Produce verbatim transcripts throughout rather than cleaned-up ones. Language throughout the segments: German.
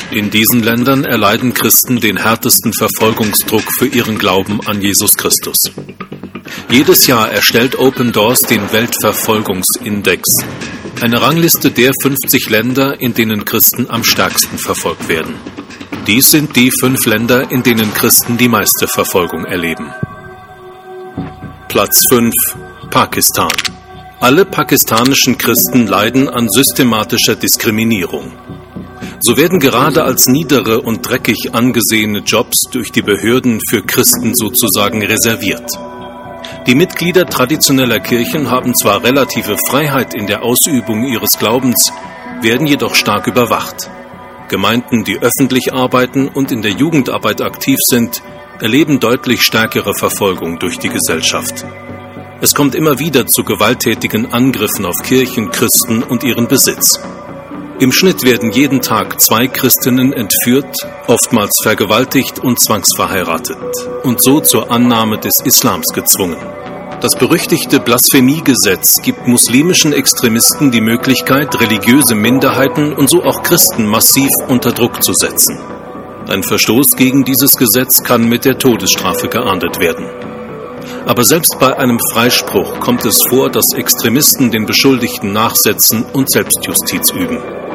In diesen Ländern erleiden Christen den härtesten Verfolgungsdruck für ihren Glauben an Jesus Christus. Jedes Jahr erstellt Open Doors den Weltverfolgungsindex, eine Rangliste der fünfzig Länder, in denen Christen am stärksten verfolgt werden. Dies sind die fünf Länder, in denen Christen die meiste Verfolgung erleben. Platz fünf: Pakistan. Alle pakistanischen Christen leiden an systematischer Diskriminierung. So werden gerade als niedere und dreckig angesehene Jobs durch die Behörden für Christen sozusagen reserviert. Die Mitglieder traditioneller Kirchen haben zwar relative Freiheit in der Ausübung ihres Glaubens, werden jedoch stark überwacht. Gemeinden, die öffentlich arbeiten und in der Jugendarbeit aktiv sind, erleben deutlich stärkere Verfolgung durch die Gesellschaft. Es kommt immer wieder zu gewalttätigen Angriffen auf Kirchen, Christen und ihren Besitz. Im Schnitt werden jeden Tag zwei Christinnen entführt, oftmals vergewaltigt und zwangsverheiratet und so zur Annahme des Islams gezwungen. Das berüchtigte Blasphemiegesetz gibt muslimischen Extremisten die Möglichkeit, religiöse Minderheiten und so auch Christen massiv unter Druck zu setzen. Ein Verstoß gegen dieses Gesetz kann mit der Todesstrafe geahndet werden. Aber selbst bei einem Freispruch kommt es vor, dass Extremisten den Beschuldigten nachsetzen und Selbstjustiz üben.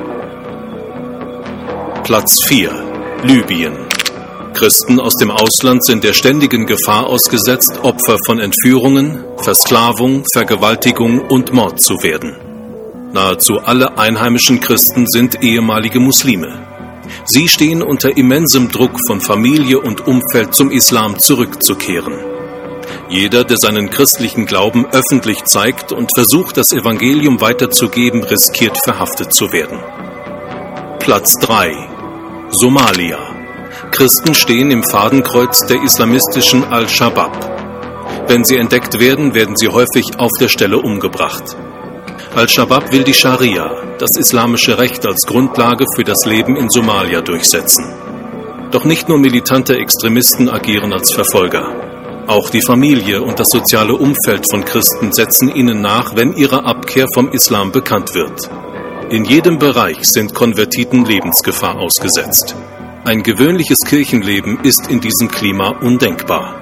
Platz vier: Libyen. Christen aus dem Ausland sind der ständigen Gefahr ausgesetzt, Opfer von Entführungen, Versklavung, Vergewaltigung und Mord zu werden. Nahezu alle einheimischen Christen sind ehemalige Muslime. Sie stehen unter immensem Druck, von Familie und Umfeld zum Islam zurückzukehren. Jeder, der seinen christlichen Glauben öffentlich zeigt und versucht, das Evangelium weiterzugeben, riskiert, verhaftet zu werden. Platz drei: Somalia. Christen stehen im Fadenkreuz der islamistischen Al-Shabaab. Wenn sie entdeckt werden, werden sie häufig auf der Stelle umgebracht. Al-Shabaab will die Scharia, das islamische Recht, als Grundlage für das Leben in Somalia durchsetzen. Doch nicht nur militante Extremisten agieren als Verfolger. Auch die Familie und das soziale Umfeld von Christen setzen ihnen nach, wenn ihre Abkehr vom Islam bekannt wird. In jedem Bereich sind Konvertiten Lebensgefahr ausgesetzt. Ein gewöhnliches Kirchenleben ist in diesem Klima undenkbar.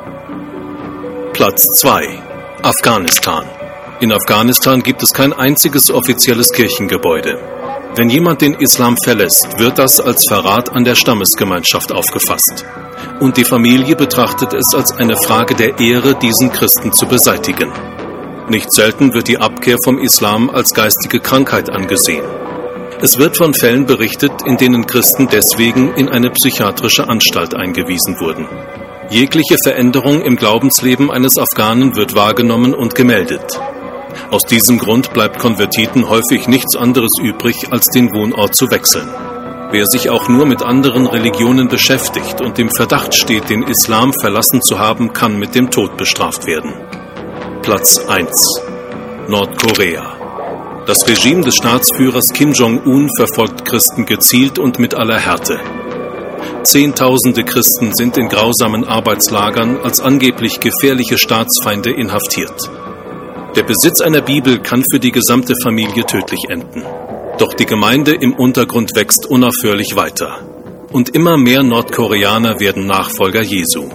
Platz zwei: Afghanistan. In Afghanistan gibt es kein einziges offizielles Kirchengebäude. Wenn jemand den Islam verlässt, wird das als Verrat an der Stammesgemeinschaft aufgefasst. Und die Familie betrachtet es als eine Frage der Ehre, diesen Christen zu beseitigen. Nicht selten wird die Abkehr vom Islam als geistige Krankheit angesehen. Es wird von Fällen berichtet, in denen Christen deswegen in eine psychiatrische Anstalt eingewiesen wurden. Jegliche Veränderung im Glaubensleben eines Afghanen wird wahrgenommen und gemeldet. Aus diesem Grund bleibt Konvertiten häufig nichts anderes übrig, als den Wohnort zu wechseln. Wer sich auch nur mit anderen Religionen beschäftigt und im Verdacht steht, den Islam verlassen zu haben, kann mit dem Tod bestraft werden. Platz eins: Nordkorea. Das Regime des Staatsführers Kim Jong-un verfolgt Christen gezielt und mit aller Härte. Zehntausende Christen sind in grausamen Arbeitslagern als angeblich gefährliche Staatsfeinde inhaftiert. Der Besitz einer Bibel kann für die gesamte Familie tödlich enden. Doch die Gemeinde im Untergrund wächst unaufhörlich weiter. Und immer mehr Nordkoreaner werden Nachfolger Jesu.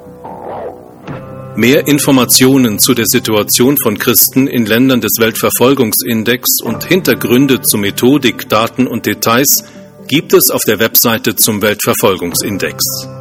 Mehr Informationen zu der Situation von Christen in Ländern des Weltverfolgungsindex und Hintergründe zu Methodik, Daten und Details gibt es auf der Webseite zum Weltverfolgungsindex.